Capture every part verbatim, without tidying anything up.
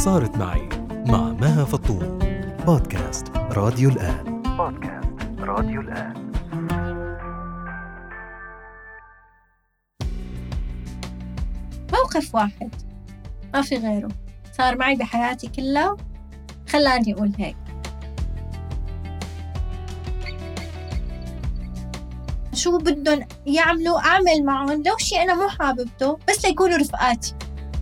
صارت معي مع مها فطوم. بودكاست راديو الآن. بودكاست راديو الآن. موقف واحد ما في غيره صار معي بحياتي كلها خلاني أقول هيك. شو بدهم يعملوا أعمل معهم لو شيء أنا مو حاببته بس ليكونوا رفقاتي.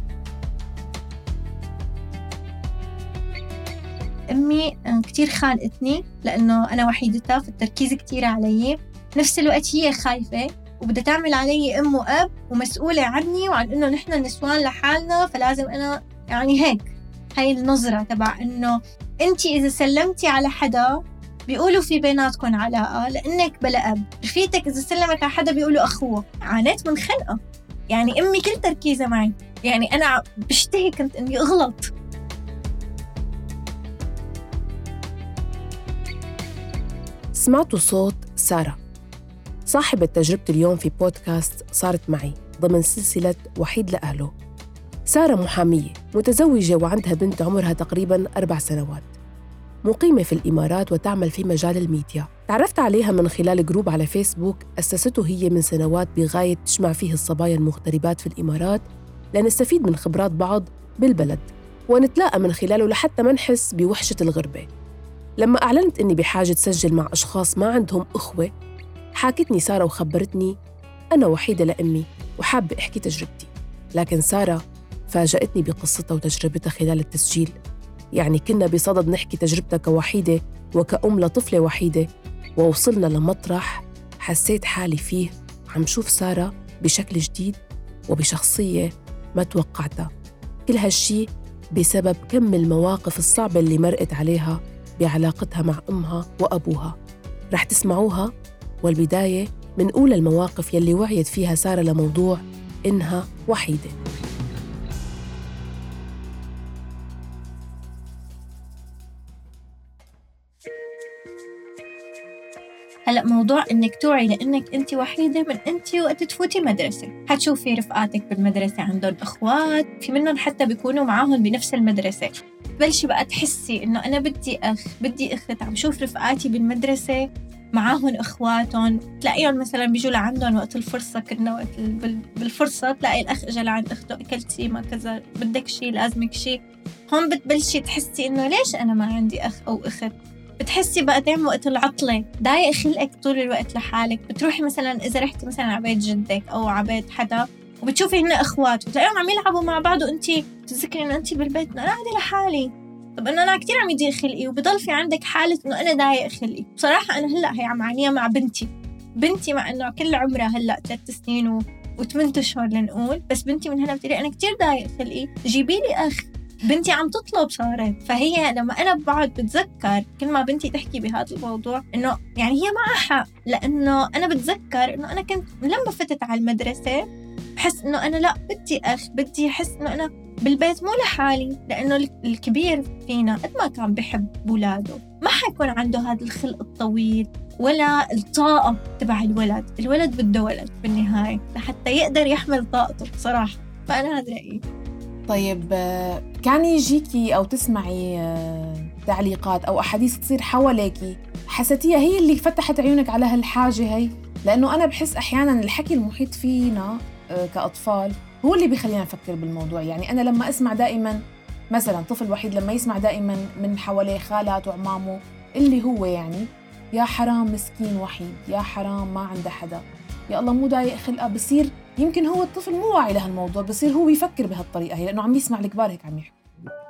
أمي كتير خانقتني لأنه أنا وحيدتها فالتركيز كتير علي، نفس الوقت هي خايفة وبدها تعمل علي أم وأب ومسؤولة عني وعن إنه نحن نسوان لحالنا، فلازم أنا يعني هيك هاي النظرة تبع إنه أنتي إذا سلمتي على حدا بيقولوا في بيناتكم علاقة لأنك بلا أب، رفيتك إذا سلمت على حدا بيقولوا أخوه. عانيت من خنقة، يعني أمي كل تركيزة معي، يعني أنا بشتهي كنت إني أغلط. سمعتوا صوت سارة صاحبة تجربة اليوم في بودكاست صارت معي ضمن سلسلة وحيد لأهله. سارة محامية متزوجة وعندها بنت عمرها تقريباً أربع سنوات، مقيمة في الإمارات وتعمل في مجال الميديا. تعرفت عليها من خلال جروب على فيسبوك أسسته هي من سنوات بغاية تجمع فيه الصبايا المغتربات في الإمارات لنستفيد من خبرات بعض بالبلد ونتلاقى من خلاله لحتى ما نحس بوحشة الغربة. لما أعلنت إني بحاجة تسجل مع أشخاص ما عندهم أخوة، حاكتني سارة وخبرتني أنا وحيدة لأمي وحابة أحكي تجربتي. لكن سارة فاجأتني بقصتها وتجربتها خلال التسجيل، يعني كنا بصدد نحكي تجربتها كوحيدة وكأم لطفلة وحيدة، ووصلنا لمطرح حسيت حالي فيه عم شوف سارة بشكل جديد وبشخصية ما توقعتها. كل هالشي بسبب كم المواقف الصعبة اللي مرقت عليها بعلاقتها مع أمها وأبوها. رح تسمعوها، والبداية من أولى المواقف يلي وعيت فيها سارة لموضوع إنها وحيدة. هلأ موضوع إنك توعي لأنك أنت وحيدة من أنت وقت تفوتي مدرسة، حتشوفي رفقاتك بالمدرسة عندهم أخوات، في منهم حتى بيكونوا معاهم بنفس المدرسة. بلشي بقى تحسي إنه أنا بدي أخ بدي أخت، عم شوف رفقاتي بالمدرسة معاهم أخواتهم، تلاقيهم مثلا بيجوا لعندهم وقت الفرصة، كنا وقت بالفرصة تلاقي الأخ إجا لعند أخته أكلتي ما كذا بدك شي لازمك شي. هون بتبلشي تحسي إنه ليش أنا ما عندي أخ أو أخت. بتحسي بقى تعمل وقت العطلة ضايق خلقك طول الوقت لحالك، بتروحي مثلا إذا رحتي مثلا على بيت جدك أو على بيت حدا وبتشوفي هن أخوات وتلاقيهم عم يلعبوا مع بعض وأنتي تذكري إنه أنتي بالبيت أنا قاعدة لحالي. طب إنه أنا كتير عم يضيق خلقي، وبضل في عندك حالة إنه أنا ضايق خلقي. بصراحة أنا هلأ هي عم عانيها مع بنتي بنتي مع إنه كل عمرها هلأ ثلاث سنين و... وثمانية أشهر لنقول، بس بنتي من هنا بتقولي أنا كتير ضايق خلقي جيبي لي أخ. بنتي عم تطلب صارت. فهي لما أنا بقعد بتذكر كل ما بنتي تحكي بهذا الموضوع إنه يعني هي معها حق، لأنه أنا بتذكر إنه أنا كنت لما فتت على المدرسة بحس إنه أنا لا بدي أخ، بدي أحس إنه أنا بالبيت مو لحالي، لأنه الكبير فينا قد ما كان بحب ولاده ما حيكون عنده هذا الخلق الطويل ولا الطاقة تبع الولد. الولد بده ولد بالنهاية لحتى يقدر يحمل طاقته صراحة. فأنا هذا رأيي. طيب كان يجيكي أو تسمعي تعليقات أو أحاديث تصير حواليكي حسيتيها هي اللي فتحت عيونك على هالحاجة هي؟ لأنه أنا بحس أحياناً الحكي المحيط فينا كأطفال هو اللي بيخلينا نفكر بالموضوع. يعني أنا لما أسمع دائماً مثلاً طفل وحيد لما يسمع دائماً من حواليه خالات وعمامه اللي هو يعني يا حرام مسكين وحيد، يا حرام ما عنده حدا، يا الله مو ضايق خلقه، بصير يمكن هو الطفل مو واعي لهالموضوع، بصير هو يفكر بهالطريقة هي لأنه عم يسمع الكبار هيك عم يحكي.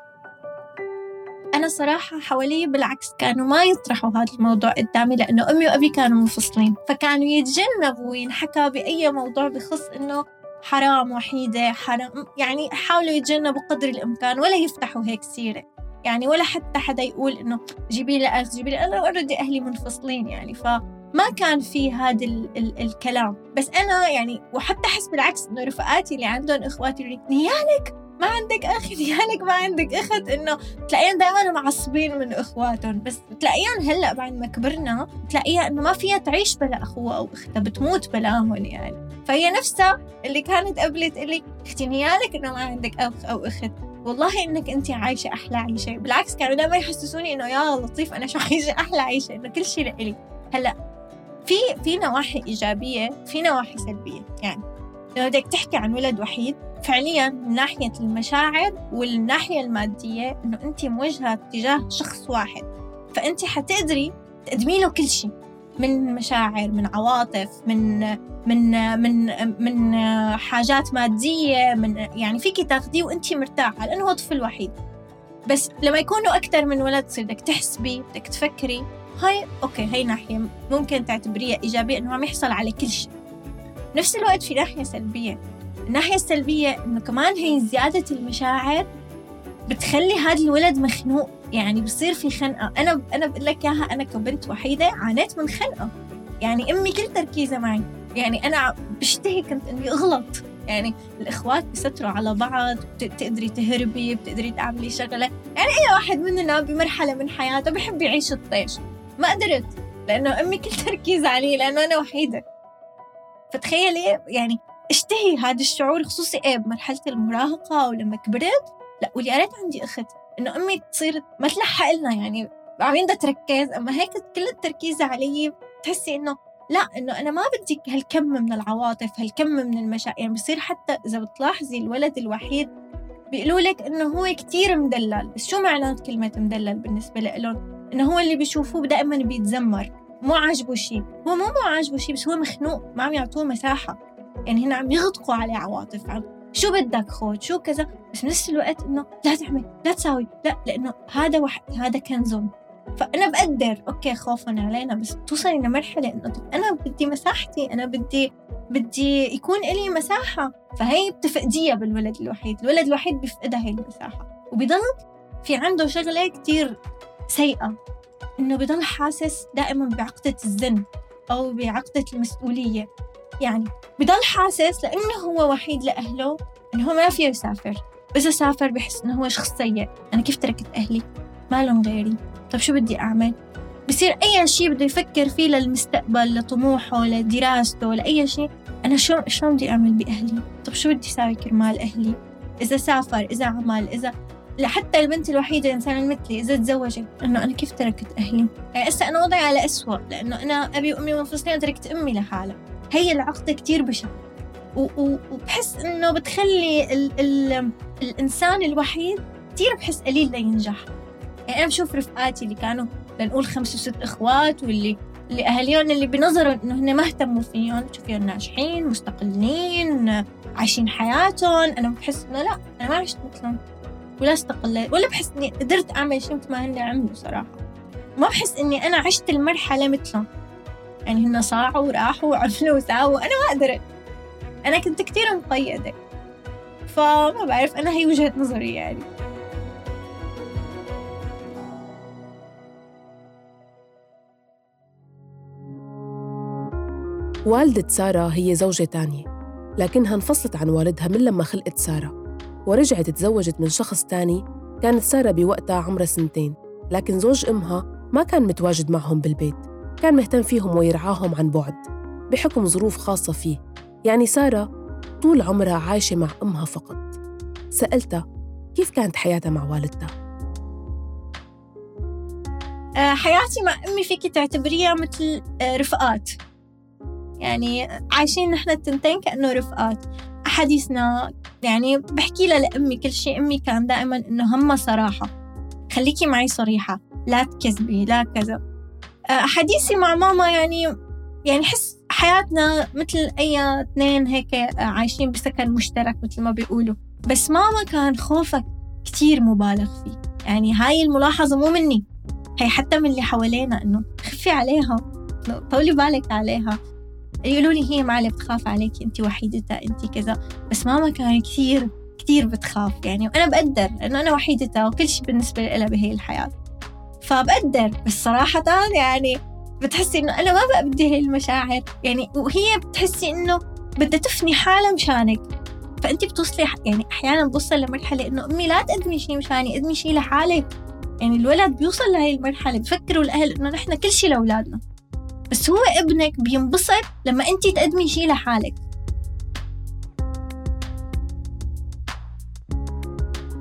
أنا صراحة حوالي بالعكس كانوا ما يطرحوا هذا الموضوع قدامي، لأنه أمي وأبي كانوا منفصلين، فكانوا يتجنبوا وينحكى بأي موضوع بخص إنه حرام وحيدة حرام، يعني حاولوا يتجنبوا قدر الإمكان ولا يفتحوا هيك سيرة، يعني ولا حتى حدا يقول إنه جيبي لي أخ جيبي لي. أنا أوريدي أهلي منفصلين يعني فما كان في هذا ال- ال- الكلام. بس أنا يعني وحتى أحس بالعكس إنه رفقاتي اللي عندهم إخواتي يقولوا نيالك ما عندك أخ، نيالك ما عندك أخت، إنه تلاقيهم دائما معصبين من إخواتهم. بس تلاقيهم هلأ بعد ما كبرنا تلاقيها إنه ما فيها تعيش بلا أخوة أو أختها، بتموت بلاهن يعني. فهي نفسها اللي كانت قبل تقلي اختي نيالك إنه ما عندك أخ أو أخت، والله إنك أنت عايشة أحلى عيشة. بالعكس كانوا دائما يحسسوني إنه يا لطيف أنا شو عايشة أحلى عيشة، إنه كل شيء لإلي. هلأ في في نواحي إيجابية، في نواحي سلبية. يعني لو بدك تحكي عن ولد وحيد فعليا من ناحية المشاعر والناحية المادية إنه أنت موجهة تجاه شخص واحد، فأنت حتقدري تقدمي له كل شيء من مشاعر، من عواطف، من من من من حاجات مادية، من يعني فيكي تاخديه وأنت مرتاحة لأنه هو طفل وحيد. بس لما يكونوا أكتر من ولد تصير بدك تحسبي، بدك تفكري. هاي أوكي، هاي ناحية ممكن تعتبريها إيجابية إنه عم يحصل على كل شيء. نفس الوقت في ناحية سلبية. الناحية السلبية إنه كمان هي زيادة المشاعر بتخلي هذا الولد مخنوق، يعني بصير في خنقة. أنا أنا بقول لك إياها، أنا كبنت وحيدة عانيت من خنقة. يعني أمي كل تركيزها معي، يعني أنا بشتهي كنت إني أغلط. يعني الإخوات بيستروا على بعض، بتقدري تهربي، بتقدري تعملي شغلة. يعني أي واحد مننا بمرحلة من حياته بيحب يعيش الطيش، ما قدرت لأنه أمي كل تركيز علي لأنه أنا وحيدة. فتخيلي يعني اشتهي هذا الشعور، خصوصي إيه بمرحلة المراهقة ولما كبرت. لا ولي قريت عندي أخت إنه أمي تصير ما تلحق لنا، يعني عم بدها تركز، أما هيك كل التركيز علي تحسي إنه لا، إنه أنا ما بدي هالكم من العواطف، هالكم من المشاعر. يعني بصير حتى إذا بتلاحظي الولد الوحيد بيقولوا لك إنه هو كتير مدلل. بس شو معنات كلمة مدلل بالنسبة لهم؟ إنه هو اللي بيشوفوه دائما بيتذمر، مو عاجبه شيء. هو مو مو عاجبه شيء، بس هو مخنوق، ما عم يعطوه مساحة. يعني هنا عم يغدقوا عليه عواطف، عم شو بدك خود شو كذا، بس بنفس الوقت إنه لا تعمل لا تساوي لا، لأنه هذا واحد هذا كنزهم. فأنا بقدر أوكي خوفاً علينا، بس توصلي لمرحلة إنه أنا بدي مساحتي، أنا بدي بدي يكون إلي مساحة. فهي بتفقديها بالولد الوحيد. الولد الوحيد بيفقدها هي المساحة، وبيضل في عنده شغلة كتير سيئة، إنه بيضل حاسس دائماً بعقدة الذنب أو بعقدة المسؤولية. يعني بيضل حاسس لأنه هو وحيد لأهله إنه هو ما فيه يسافر، بس سافر بحس إنه هو شخص سيء. أنا كيف تركت أهلي؟ ما لهم غيري، طب شو بدي أعمل؟ بصير أي شيء بده يفكر فيه للمستقبل، لطموحه، لدراسته، لأي شيء. أنا شو شو بدي أعمل بأهلي؟ طب شو بدي أسوي كرمال أهلي؟ إذا سافر، إذا عمل، إذا حتى البنت الوحيدة إنسان مثلي إذا تزوجت، إنه أنا كيف تركت أهلي؟ يعني هسه أنا وضعي على أسوأ لأنه أنا أبي وأمي منفصلين، تركت أمي لحالها. هي العقدة كتير بشعة، وبحس إنه بتخلي ال ال الإنسان الوحيد كتير بحس قليل لينجح. يعني أنا بشوف رفقاتي اللي كانوا لنقول خمس وست إخوات، واللي اللي أهليون اللي بنظروا إنه هن ما اهتموا فيهم، شوفيهم ناجحين مستقلين عايشين حياتهم. أنا بحس إنه لا، أنا ما عشت مثلهم ولا استقلت، ولا بحس إني قدرت أعمل شيء مثل ما هن عملوا صراحة. ما بحس إني أنا عشت المرحلة مثلهم. يعني هن صاعوا وراحوا وعملوا وساووا، أنا ما قدرت. أنا كنت كتير مقيدة. فما بعرف، أنا هي وجهة نظري يعني. والدة سارة هي زوجة تانية، لكنها انفصلت عن والدها من لما خلقت سارة ورجعت تزوجت من شخص تاني. كانت سارة بوقتها عمرها سنتين، لكن زوج أمها ما كان متواجد معهم بالبيت، كان مهتم فيهم ويرعاهم عن بعد بحكم ظروف خاصة فيه. يعني سارة طول عمرها عايشة مع أمها فقط. سألتها كيف كانت حياتها مع والدتها؟ حياتي مع أمي فيكي تعتبريها مثل رفقات، يعني عايشين نحن التنتين كأنه رفقات. أحاديثنا يعني بحكي لها لأمي كل شيء. أمي كان دائما إنه همها صراحة، خليكي معي صريحة، لا تكذبي، لا كذا. أحاديثي مع ماما يعني يعني حس حياتنا مثل أي اثنين هيك عايشين بسكن مشترك مثل ما بيقولوا. بس ماما كان خوفك كتير مبالغ فيه. يعني هاي الملاحظة مو مني، هي حتى من اللي حوالينا، إنه خفي عليها، طولي بالك عليها. يقولوا لي هي معلة بتخاف عليكي، أنت وحيدتها، أنت كذا. بس ماما كان كتير كتير بتخاف يعني، وأنا بقدر لأنه أنا وحيدتها وكل شيء بالنسبة لها بهي الحياة، فبقدر. بس صراحة يعني بتحسي إنه أنا ما بقى بدي هاي المشاعر يعني، وهي بتحسي إنه بدها تفني حالها مشانك. فأنت بتوصلي يعني أحياناً بوصل لمرحلة إنه أمي لا تقدمي شيء مشاني، قدمي شيء لحالك. يعني الولد بيوصل لهي المرحلة، بفكروا الأهل إنه نحن كل شيء لأولادنا، بس هو ابنك بينبسط لما أنت تقدمي شيء لحالك.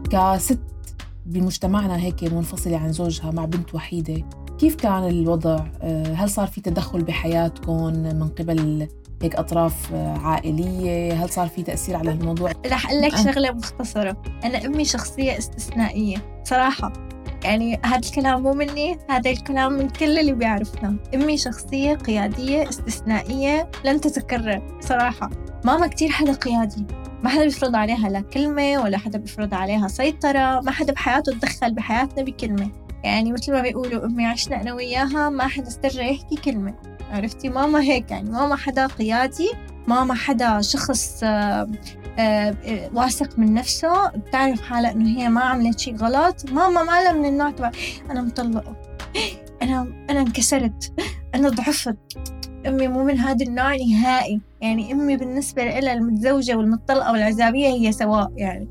كست بمجتمعنا هيك منفصلة عن زوجها مع بنت وحيدة، كيف كان الوضع؟ هل صار في تدخل بحياتكم من قبل هيك أطراف عائلية؟ هل صار في تأثير على الموضوع؟ رح أقول لك شغلة مختصرة. أنا أمي شخصية استثنائية صراحة، يعني هذا الكلام مو مني، هذا الكلام من كل اللي بيعرفنا. أمي شخصية قيادية استثنائية لن تتكرر صراحة. ماما كتير حدا قيادي، ما حدا بيفرض عليها لا كلمة ولا حدا بيفرض عليها سيطرة، ما حدا بحياته تدخل بحياتنا بكلمة. يعني مثل ما بيقولوا أمي عشنا أنا وياها ما حدا استرجع يحكي كلمة. عرفتي؟ ماما هيك، يعني ماما حدا قيادي، ماما حدا شخص آآ آآ واثق من نفسه، بتعرف حالة إنه هي ما عملت شيء غلط. ماما ما لها من النوع تبع أنا مطلقة، أنا أنا انكسرت، أنا ضعفت. أمي مو من هذا النوع نهائي. يعني أمي بالنسبة لها المتزوجة والمطلقة والعزابية هي سواء. يعني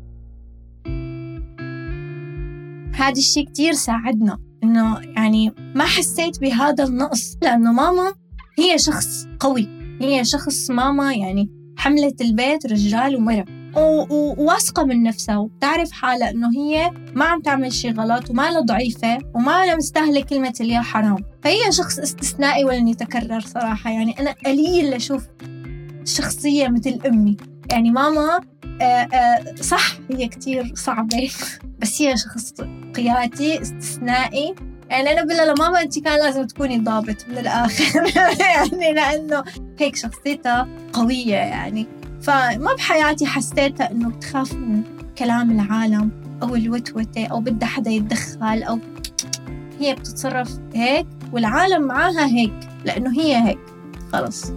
هذا الشيء كتير ساعدنا إنه يعني ما حسيت بهذا النقص، لأنه ماما هي شخص قوي، هي شخص ماما يعني حملت البيت رجال ومرأة، وواثقة من نفسها، وبتعرف حالة إنه هي ما عم تعمل شيء غلط وما لها ضعيفة وما لها مستاهلة كلمة اليا حرام. فهي شخص استثنائي ولن يتكرر صراحة. يعني أنا قليل أشوف شخصية مثل أمي. يعني ماما آآ آآ صح هي كتير صعبة، بس هي شخص قيادي استثنائي. يعني أنا بلا لماما أنت كان لازم تكوني ضابط من الآخر يعني لأنه هيك شخصيتها قوية. يعني فما بحياتي حسيتها إنه بتخاف من كلام العالم أو الوتوتة أو بدها حدا يتدخل، أو هي بتتصرف هيك والعالم معاها هيك لأنه هي هيك خلص.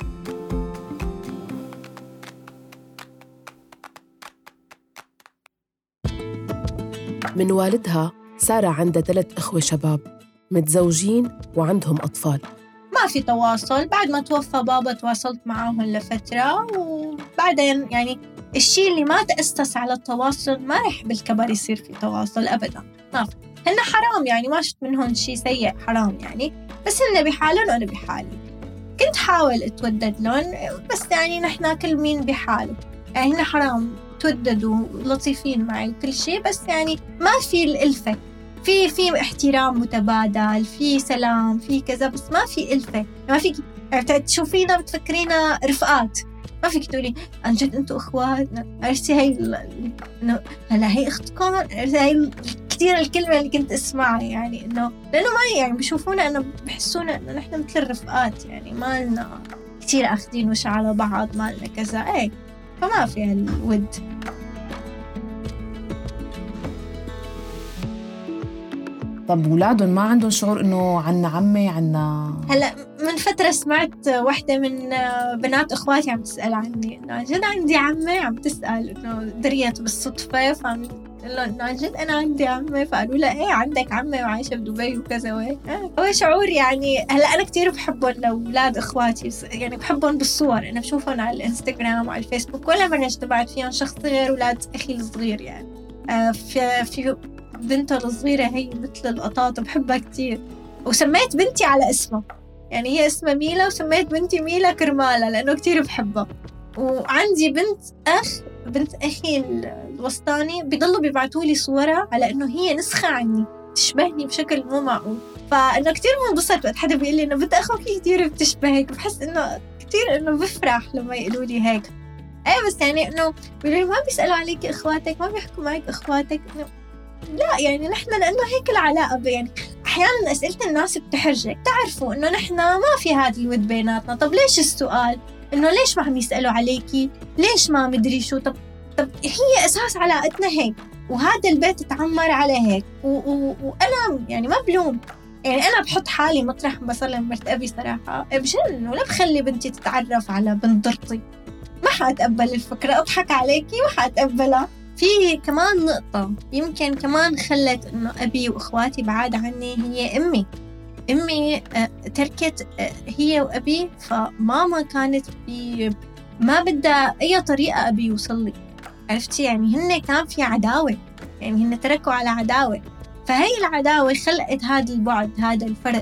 من والدها سارة عندها ثلاث أخوة شباب متزوجين وعندهم أطفال. ما في تواصل. بعد ما توفى بابا تواصلت معاهم لفترة، وبعدين يعني الشيء اللي ما تأسس على التواصل ما رح بالكبر يصير في تواصل أبداً. ما في. هن حرام، يعني ما شفت منهم شيء سيء، حرام يعني، بس هن بحالهم وأنا بحالي. كنت حاول أتودد لهم، بس يعني نحنا كل مين بحاله. يعني هن حرام توددوا لطيفين معي وكل شيء، بس يعني ما في الألفة. في في احترام متبادل، في سلام، في كذا، بس ما في ألفة. ما فيك تشوفينا بتفكرينا رفقات، ما فيك تقولي عن جد أنتوا إخوات. عرفتي هاي هلا هي أختكم؟ هاي كتير الكلمة اللي كنت أسمعها، يعني إنه لأنه ما يعني بيشوفونا إنه بحسونا إنه نحن مثل الرفقات، يعني ما لنا كتير أخذين وش على بعض، ما لنا كذا إيه، فما في هالود. طب ولادهم ما عندهم شعور إنه عنا عمي عنا؟ هلا من فترة سمعت واحدة من بنات إخواتي عم تسأل عني إنه جد عندي عمي، عم تسأل إنه دريت بالصدفة، فعم إنه جد أنا عندي عمي، فقالوا لها إيه عندك عمي وعايشة بدبي وكذا وهيك. هو شعور يعني. هلا أنا كتير بحبهم لأولاد إخواتي، يعني بحبهم بالصور، أنا بشوفهم على الإنستغرام وعلى الفيسبوك، ولا مرة اجتمعت فيهم شخص غير أولاد أخي الصغير. يعني آه في في بنته الصغيرة هي مثل القطاطة، بحبها كتير، وسميت بنتي على اسمها. يعني هي اسمها ميلا، وسميت بنتي ميلا كرمالة لأنه كتير بحبها. وعندي بنت أخ بنت أخي الوسطاني بيضلوا بيبعتولي صورة على إنه هي نسخة عني، تشبهني بشكل مو معقول. فإنه كتير منبسط وقت حدا بيقول لي إنه بنت أخوك كتير بتشبهك، بحس إنه كتير إنه بفرح لما يقولوا لي هيك. أي بس يعني إنه بيقولوا ما بيسألوا عليك إخواتك، ما بيحكوا معك إخواتك. لا يعني نحن لأنه هيك العلاقة. يعني أحياناً أسئلة الناس بتحرجك. تعرفوا إنه نحن ما في هذا الود بيناتنا. طب ليش السؤال؟ إنه ليش ما عم يسألوا عليكي؟ ليش ما مدري شو؟ طب طب هي أساس علاقتنا هيك، وهذا البيت تعمر على هيك. و- و- وأنا يعني ما بلوم. يعني أنا بحط حالي مطرح مثلاً مرت أبي صراحة، بجن إنه لا بخلي بنتي تتعرف على بنت ضرتي، ما حأتقبل الفكرة، أضحك عليكي وحأتقبلها. في كمان نقطة يمكن كمان خلت إنه أبي وإخواتي بعاد عني، هي أمي. أمي تركت هي وأبي، فماما كانت بي ما بدها أي طريقة أبي يوصل لي. عرفتي؟ يعني هن كان في عداوة، يعني هن تركوا على عداوة، فهي العداوة خلقت هذا البعد، هذا الفرق.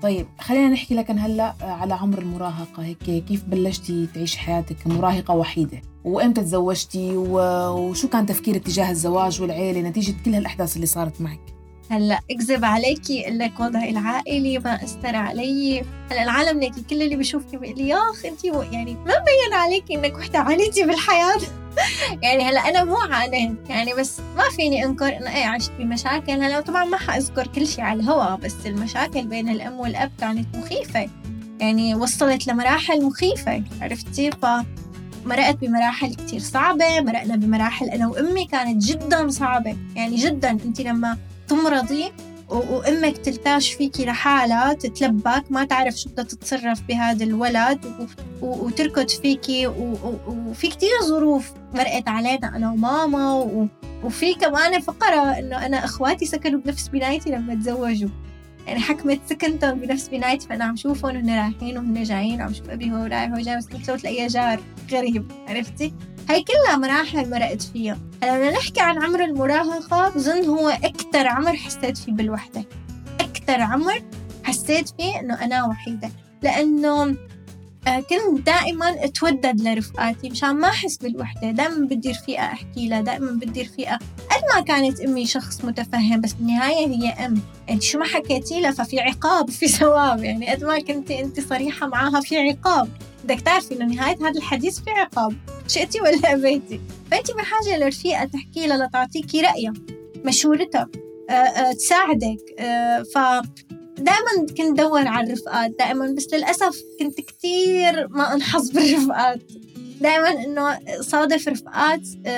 طيب خلينا نحكي لكن هلأ على عمر المراهقة، هيك كيف بلشتي تعيش حياتك مراهقة وحيدة، وإمتى تزوجتي، وشو كان تفكيرك تجاه الزواج والعيلة نتيجة كل هالأحداث اللي صارت معك؟ هلا اكذب عليكي اقول لك وضعي العائلي ما اثر علي. هلا العالم ليكي كل اللي بيشوفني بيقول لي يا اخ انت يعني ما بين عليكي انك وحده عانيتي بالحياه. يعني هلا انا مو عانيت يعني، بس ما فيني انكر انه ايه عشت بمشاكل. هلا طبعا ما حاذكر كل شيء على الهواء، بس المشاكل بين الام والاب كانت مخيفه، يعني وصلت لمراحل مخيفه، عرفتي؟ فمرقت بمراحل كتير صعبه، مرقنا بمراحل انا وامي كانت جدا صعبه، يعني جدا. انت لما تمرضي وأمك تلتاش فيكي لحالها، تتلبك، ما تعرف شو بدها تتصرف بهذا الولد، وتركض فيكي، وفي كتير ظروف مرقت علينا أنا وماما، وفي كمان فقرة إنه أنا أخواتي سكنوا بنفس بنايتي لما تزوجوا، يعني حكمت سكنتهم بنفس بنايتي، فأنا عم شوفهم وهن رايحين وهن جايين، وعم شوف أبي هو رايح وجاي، بس نفسه لأي جار غريب، عرفتي؟ هاي كلها مراحل مرقت فيها. هلا بدنا نحكي عن عمر المراهقة، بظن هو أكتر عمر حسيت فيه بالوحدة، أكتر عمر حسيت فيه إنه أنا وحيدة، لأنه كنت دائما أتودد لرفقاتي مشان ما أحس بالوحدة، دائما بدي رفيقة أحكي لها، دائما بدي رفيقة. قد ما كانت أمي شخص متفهم، بس بالنهاية هي أم، يعني شو ما حكيتي لها ففي عقاب وفي ثواب، يعني قد ما كنتي أنت صريحة معاها في عقاب، بدك تعرفي إنه نهاية هذا الحديث في عقاب، شئتي ولا أبيتي. فأنت بحاجة لرفيقة تحكي لها، لتعطيكي رأيها، مشورتها، أه أه تساعدك. أه فدائما كنت دور على الرفقات دائما، بس للأسف كنت كتير ما أنحظ بالرفقات، دائما إنه صادف رفقات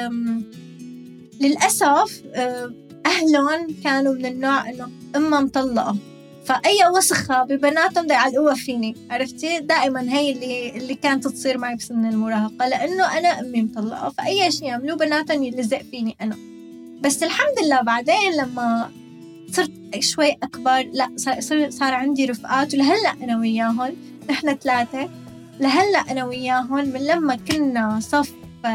للأسف أهلهم كانوا من النوع إنه أمها مطلقة، فأي وسخة ببناتهم يعلقوها فيني، عرفتي؟ دائما هي اللي اللي كانت تصير معي بسن المراهقة، لأنه أنا أمي مطلقة، فأي شيء يعملوه بناتهم يلزق فيني أنا. بس الحمد لله بعدين لما صرت شوي أكبر، لا صار صار عندي رفقات، ولهلا أنا وياهم، نحن ثلاثة لهلا أنا وياهم من لما كنا صف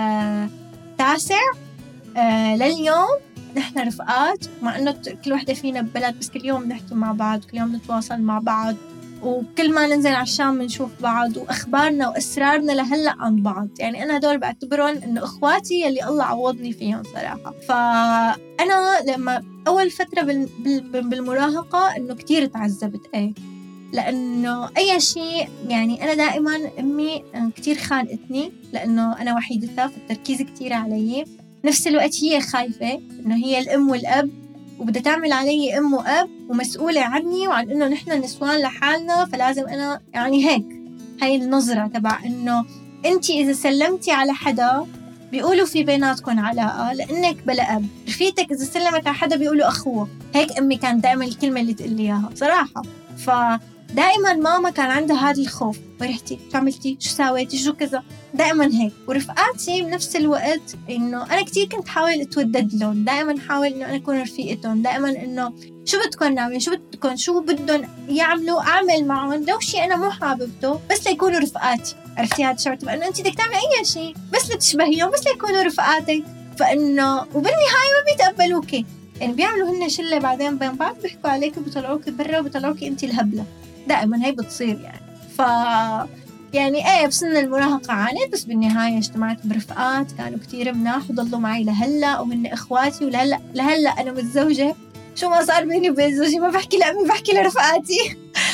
تاسع آه لليوم نحن رفقات، مع إنه كل واحدة فينا ببلد، بس كل يوم نحكي مع بعض، كل يوم نتواصل مع بعض، وكل ما ننزل على الشام نشوف بعض، وأخبارنا وأسرارنا لهلأ عن بعض. يعني أنا هدول بعتبرهم إنه إخواتي اللي الله عوضني فيهم صراحة. فأنا لما أول فترة بالمراهقة إنه كتير تعذبت، إيه لأنه أي شيء، يعني أنا دائما أمي كتير خانقتني لأنه أنا وحيدتها، فالتركيز كتير علي. نفس الوقت هي خايفة إنه هي الأم والأب، وبدها تعمل علي أم وأب ومسؤولة عني وعن إنه نحن نسوان لحالنا، فلازم أنا يعني هيك، هاي النظرة تبع إنه أنتي إذا سلمتي على حدا بيقولوا في بيناتكم علاقة لأنك بلا أب، رفيتك إذا سلمت على حدا بيقولوا أخوه. هيك أمي كانت دائما الكلمة اللي تقول لي إياها صراحة. فدائما ماما كان عندها هذا الخوف، ورحتي شو عملتي، شو ساويتي، شو كذا، دائما هيك. ورفقاتي بنفس الوقت إنه أنا كتير كنت حاول أتودد لهم، دائما حاول إنه أنا أكون رفيقتهم، دائما إنه شو بدكم نعمل، شو بدكم شو بدهم يعملوا أعمل معهم، لو شيء أنا مو حاببته بس ليكونوا رفقاتي، عرفتي هذا الشعور تبع إنه أنت بدك تعملي أي شيء بس لتشبهيهم، بس ليكونوا رفقاتك. فإنه وبالنهاية ما بيتقبلوكي، يعني بيعملوا هن شلة بعدين بين بعض، بيحكوا عليك وبيطلعوك برا وبيطلعوك أنت الهبلة، دائما هي بتصير يعني. ف يعني ايه بسن المراهقة عانيت، بس بالنهاية اجتمعت برفقات كانوا كتير مناح وضلوا معي لهلا، ومن اخواتي، ولهلا لهلا انا متزوجة، شو ما صار بيني وبين زوجي ما بحكي لأمي، بحكي لرفقاتي.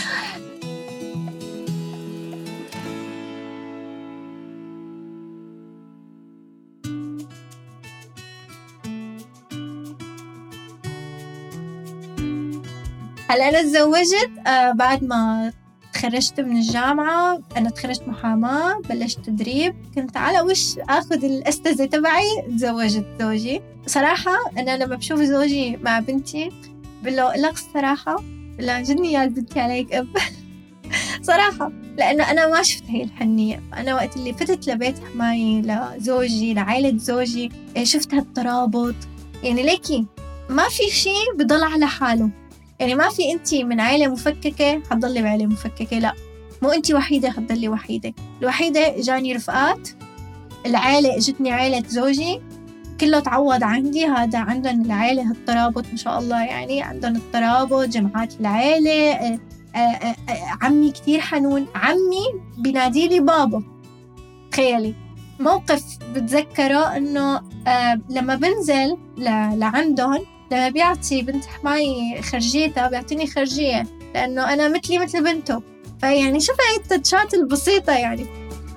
هلا أنا تزوجت آه بعد ما تخرجت من الجامعة. أنا تخرجت محاماة، بلشت تدريب، كنت على وش أخذ الأستاذة تبعي، تزوجت زوجي. صراحة أنا لما بشوف زوجي مع بنتي بلو لك الصراحة لا جدني يا بنتي عليك أب صراحة، لأنه أنا ما شفت هاي الحنية. أنا وقت اللي فتت لبيت حماي لزوجي لعائلة زوجي شفت هالترابط، يعني ليكي ما في شيء بضل على حاله، يعني ما في أنتي من عائلة مفككة حتضلي بعائلة مفككة، لا مو أنتي وحيدة حتضلي وحيدة. الوحيدة جاني رفقات، العائلة اجتني عائلة زوجي، كله تعوض عندي. هذا عندهم العائلة هالترابط ما شاء الله، يعني عندهم الترابط، جمعات العائلة، آآ آآ عمي كتير حنون، عمي بيناديلي بابا. تخيلي موقف بتذكره إنه آه لما بنزل لعندهم لما بيعطي بنت حماي خرجيتها بيعطيني خرجية لأنه أنا مثلي مثل بنته. فيعني شوف هاي التاتشات البسيطة يعني.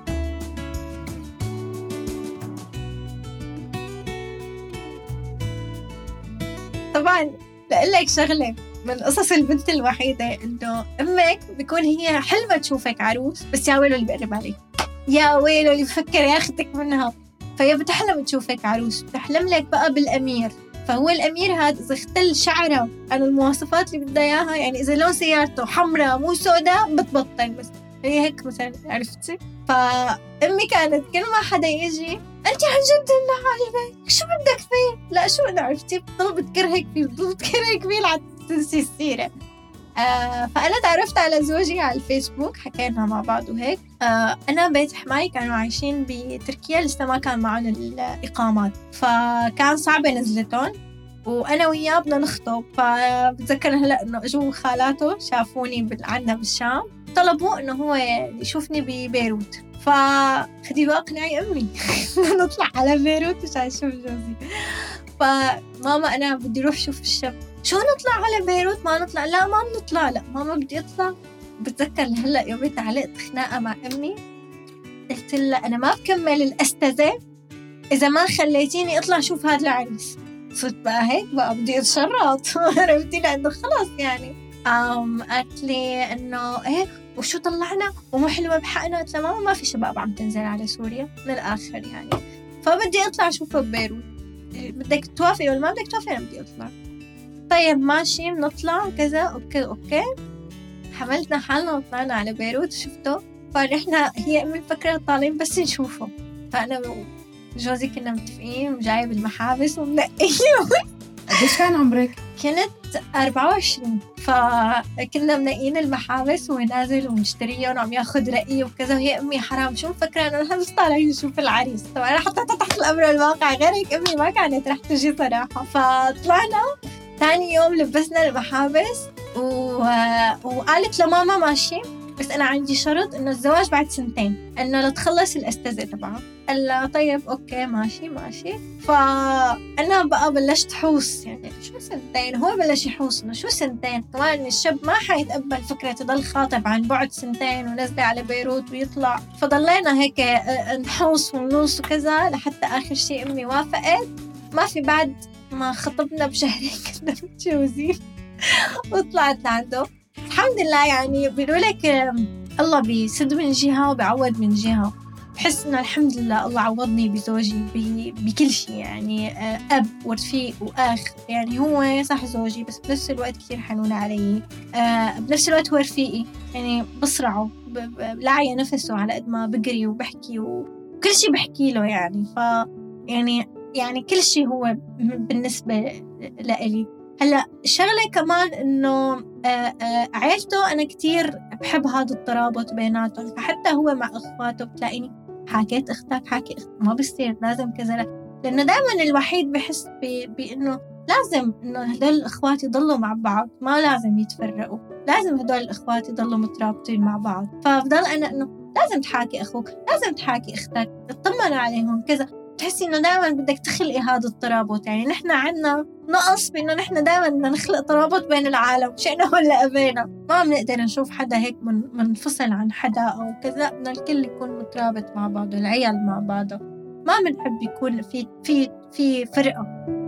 طبعاً لقلك شغلة من قصص البنت الوحيدة إنه أمك بيكون هي حلمة تشوفك عروس، بس يا ويلو اللي بيقرب عليك، يا ويلو اللي بفكر ياخدك منها. فهي بتحلم تشوفك عروس، بتحلم لك بقى بالأمير. فهو الأمير هذا إذا اختل شعره عن المواصفات اللي بدها إياها، يعني إذا لون سيارته حمراء مو سوداء بتبطل، بس هي هيك مثلا، عرفتي؟ فأمي كانت كل ما حدا يجي أنت عن جد إنه عاجبك، شو بدك فيه؟ لا شو أنا، عرفتي؟ بتضل بتكرهك فيه، بتضل بتكرهك فيه لحتى تنسي السيرة. آه فأنا تعرفت على زوجي على الفيسبوك، حكينا مع بعض وهيك. آه أنا بيت حماي كانوا عايشين بتركيا، لسه ما كان معنا الإقامات، فكان صعب نزلتهم وأنا وياه بدنا نخطب. فبتذكر هلأ إنه إجوا خالاته شافوني عندنا بالشام، طلبوا إنه هو يشوفني ببيروت. فخدي بقى اقنعي أمي نطلع على بيروت مش عايز أشوف جوزي. فماما أنا بدي روح شوف الشب، شو نطلع على بيروت؟ ما نطلع، لا ما بنطلع، لا ماما بدي أطلع. بتذكر هلأ يوميت علقت خناقة مع أمي، قلت لها أنا ما بكمل الأستاذة إذا ما خليتيني أطلع شوف هذا العريس. صرت بقى هيك بقى بدي أتشرط عرفتي، لأنه خلاص يعني. أم قالت لي إنه إيه وشو طلعنا ومو حلوة بحقنا. قلت لها ماما ما في شباب عم تنزل على سوريا من الآخر يعني، فبدي أطلع شوفها ببيروت، بدك توافقي ولا ما بدك توافقي؟ أنا بدي أطلع. طيب ماشي بنطلع كذا، أوكي أوكي. حملتنا حالنا وطلعنا على بيروت شفته. فنحنا هي أمي فكرة طالعين بس نشوفه، فأنا وجوزي كنا متفقين وجايب المحابس ومنقيه. قديش كان عمرك؟ كنت أربعة وعشرين، فكنا منقين المحابس ونازل ومشتريهم وعم ياخد رأيي وكذا. وهي أمي حرام شو مفكرة أنه نحن بس طالعين نشوف العريس. طبعا أنا حطيتها تحت الأمر الواقع، غير هيك أمي ما كانت رح تجي صراحة. فطلعنا ثاني يوم لبسنا المحابس و... وقالت لماما ماشي، بس أنا عندي شرط إنه الزواج بعد سنتين، إنه لتخلص الأستاذة تبعها. قال لا طيب أوكي ماشي ماشي. فأنا بقى بلشت حوس، يعني شو سنتين؟ هو بلش يحوس إنه شو سنتين؟ كمان الشاب ما حيتقبل فكرة يضل خاطب عن بعد سنتين ونزل على بيروت ويطلع. فضلينا هيك نحوس ونلوس وكذا لحتى آخر شيء أمي وافقت. ما في بعد ما خطبنا بشهرين كنا متجوزين وطلعت لعنده الحمد لله. يعني بيقولوا لك الله بيسد من جهة وبيعوض من جهة. بحس إنه الحمد لله الله عوضني بزوجي بكل شيء، يعني أب ورفيق وأخ. يعني هو صح زوجي بس بنفس الوقت كتير حنون علي، بنفس الوقت هو رفيقي، يعني بصرعه بلاعي نفسه على قد ما بقري وبحكي وكل شيء بحكي له. يعني ف يعني يعني كل شيء هو بالنسبة لإلي. هلأ شغلة كمان إنه عيلته أنا كتير بحب هذا الترابط بيناتهم. فحتى هو مع أخواته بتلاقيني حاكيت أختك حاكي أخت، ما بيصير لازم كذا، لأنه دائما الوحيد بحس بأنه لازم إنه هدول الأخوات يضلوا مع بعض، ما لازم يتفرقوا، لازم هدول الأخوات يضلوا مترابطين مع بعض. ففضل أنا إنه لازم تحاكي أخوك، لازم تحاكي أختك، تطمن عليهم كذا. تحسي إنه دائما بدك تخلقي هذا الترابط. يعني نحن عنا نقص بإنه نحن دائما بدنا نخلق ترابط بين العالم، شئنا ولا أبينا. ما بنقدر نشوف حدا هيك من منفصل عن حدا أو كذا، بدنا الكل يكون مترابط مع بعضه، العيال مع بعضه، ما بنحب يكون في في في فرقة.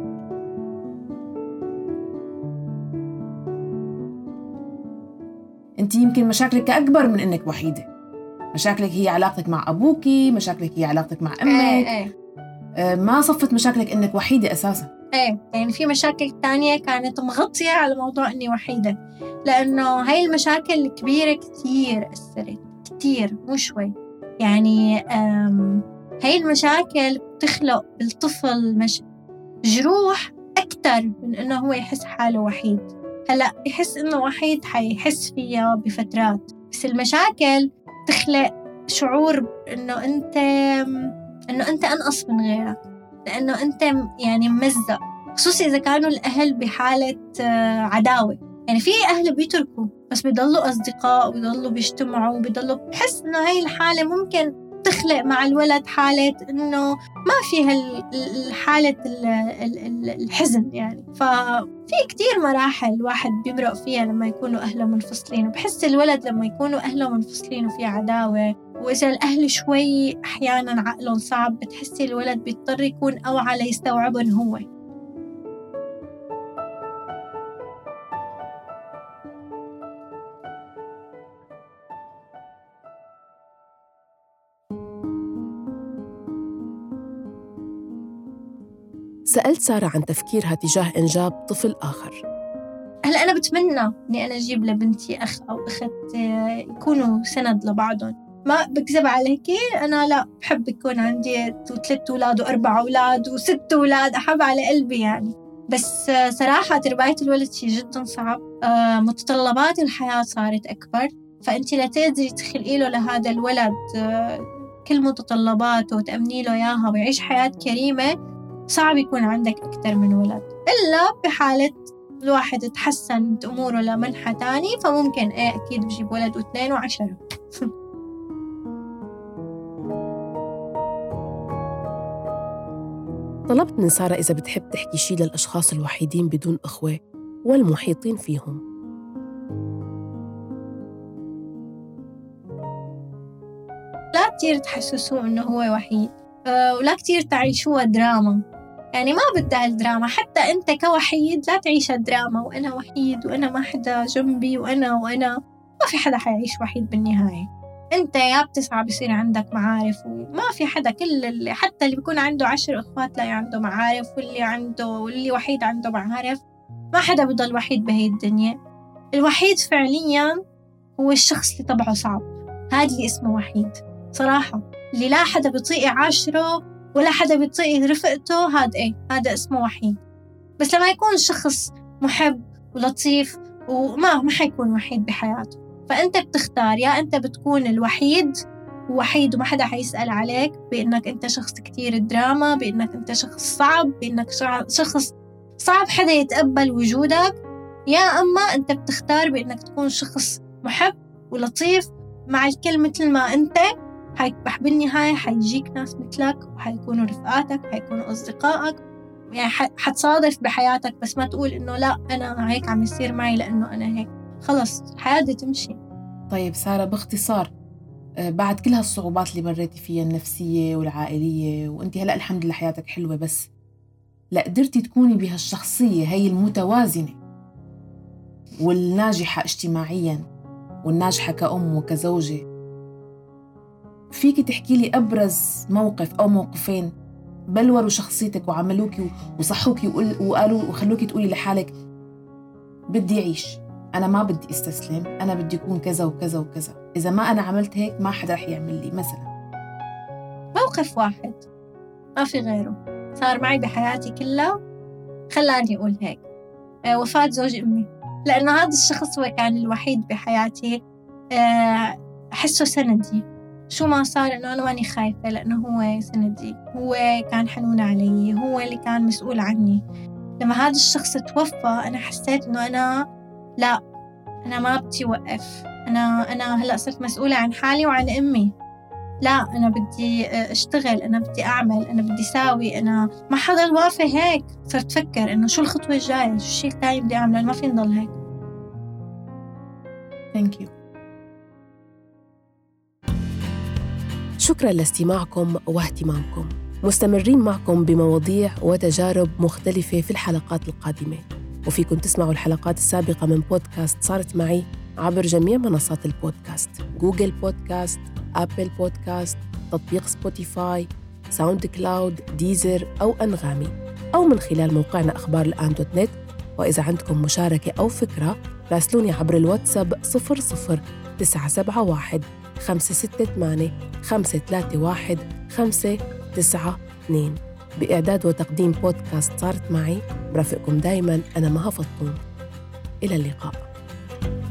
أنت يمكن مشاكلك أكبر من إنك وحيدة. مشاكلك هي علاقتك مع أبوكي، مشاكلك هي علاقتك مع أمك. ايه ايه. ما صفت مشاكلك إنك وحيدة أساساً. ايه يعني في مشاكل تانية كانت مغطية على موضوع إني وحيدة، لأنه هاي المشاكل الكبيرة كتير أثرت كتير مو شوي. يعني هاي المشاكل بتخلق بالطفل مش جروح أكتر من إنه هو يحس حاله وحيد. هلأ يحس إنه وحيد حيحس فيها بفترات، بس المشاكل تخلق شعور إنه أنت إنه أنت أنقص من غيرك، لأنه أنت يعني ممزق، خصوصي إذا كانوا الأهل بحالة عداوة. يعني في أهل بيتركوا بس بيضلوا أصدقاء وبيضلوا بيجتمعوا وبيضلوا. بحس إنه هاي الحالة ممكن تخلق مع الولد حالة إنه ما فيها الحالة الحزن يعني. ففي كتير مراحل الواحد بيمرق فيها لما يكونوا أهله منفصلين. وبحس الولد لما يكونوا أهله منفصلين وفي عداوة، وإذا الأهل شوي أحياناً عقلهم صعب، بتحسي الولد بيضطر يكون أوعى ليستوعبهم هو. سألت سارة عن تفكيرها تجاه إنجاب طفل آخر. هلأ أنا بتمنى إني أنا أجيب لبنتي أخ أو أخت يكونوا سند لبعضهم. ما بكذب عليكي، أنا لا بحب يكون عندي ثلاث أولاد وأربع أولاد وست أولاد، أحب على قلبي يعني. بس صراحة تربية الولد شيء جدا صعب. متطلبات الحياة صارت أكبر، فأنت لا تقدري تخلقي له لهذا الولد كل متطلباته وتأمني له إياها ويعيش حياة كريمة. صعب يكون عندك أكتر من ولد، إلا بحالة الواحد تحسن أموره لمنحة تاني، فممكن إيه أكيد بجيب ولد واثنين وعشرة. طلبت من سارة إذا بتحب تحكي شي للأشخاص الوحيدين بدون أخوة والمحيطين فيهم. لا كتير تحسسوه إنه هو وحيد، أه ولا كتير تعيشوها دراما. يعني ما بدها الدراما، حتى أنت كوحيد لا تعيش الدراما وأنا وحيد وأنا ما حدا جنبي وأنا وأنا ما في حدا حيعيش وحيد بالنهاية. أنت يا بتسعى بصير عندك معارف، وما في حدا، كل اللي حتى اللي بيكون عنده عشر أخوات لا عنده معارف، واللي عنده واللي وحيد عنده معارف. ما حدا بيضل وحيد بهي الدنيا. الوحيد فعليا هو الشخص اللي طبعه صعب، هذا اللي اسمه وحيد صراحة. اللي لا حدا بيطيق عاشره ولا حدا بيطيق رفقته، هذا إيه هذا اسمه وحيد. بس لما يكون شخص محب ولطيف وما ما حيكون وحيد بحياته. فأنت بتختار، يا أنت بتكون الوحيد ووحيد وما حدا حيسأل عليك بأنك أنت شخص كتير دراما، بأنك أنت شخص صعب، بأنك شخص صعب حدا يتقبل وجودك، يا أما أنت بتختار بأنك تكون شخص محب ولطيف مع الكل مثل ما أنت. حيكبح بالنهاية حيجيك ناس مثلك وحيكونوا رفقاتك، حيكونوا أصدقائك، يعني حتصادف بحياتك. بس ما تقول إنه لا أنا هيك عم يصير معي لأنه أنا هيك، خلص الحياة دي تمشي. طيب سارة، باختصار بعد كل هالصعوبات اللي مريتي فيها النفسية والعائلية، وأنت هلأ الحمد لله حياتك حلوة، بس لا قدرتي تكوني بهالشخصية هي المتوازنة والناجحة اجتماعياً والناجحة كأم وكزوجة، فيكي تحكي لي أبرز موقف أو موقفين بلوروا شخصيتك وعملوكي وصحوكي وقالوا وخلوكي تقولي لحالك بدي أعيش، أنا ما بدي استسلم، أنا بدي أكون كذا وكذا وكذا، إذا ما أنا عملت هيك ما حدا رح يعمل لي؟ مثلا موقف واحد ما في غيره صار معي بحياتي كلها خلاني أقول هيك، أه وفاة زوج أمي. لأنه هذا الشخص هو كان الوحيد بحياتي أه أحسه سندي. شو ما صار إنه أنا ماني خايفة، لأنه هو سندي، هو كان حنون علي، هو اللي كان مسؤول عني. لما هذا الشخص توفى أنا حسيت إنه أنا لا أنا ما بدي وقف، أنا أنا هلأ صرت مسؤولة عن حالي وعن أمي. لا أنا بدي أشتغل، أنا بدي أعمل، أنا بدي ساوي، أنا ما حدا الوافة هيك. صرت أفكر إنه شو الخطوة الجاية، شو الشيء التاني بدي أعمله، ما في نضل هيك. Thank you. شكراً لاستماعكم واهتمامكم. مستمرين معكم بمواضيع وتجارب مختلفة في الحلقات القادمة، وفيكم تسمعوا الحلقات السابقة من بودكاست صارت معي عبر جميع منصات البودكاست: جوجل بودكاست، أبل بودكاست، تطبيق سبوتيفاي، ساوند كلاود، ديزر أو أنغامي، أو من خلال موقعنا أخبار الآن دوت نت. وإذا عندكم مشاركة أو فكرة راسلوني عبر الواتساب صفر صفر تسعة سبعة واحد خمسة ستة ثمانية خمسة ثلاثة واحد خمسة تسعة اثنين. بإعداد وتقديم بودكاست صارت معي برافقكم دايماً أنا مها فطوم. إلى اللقاء.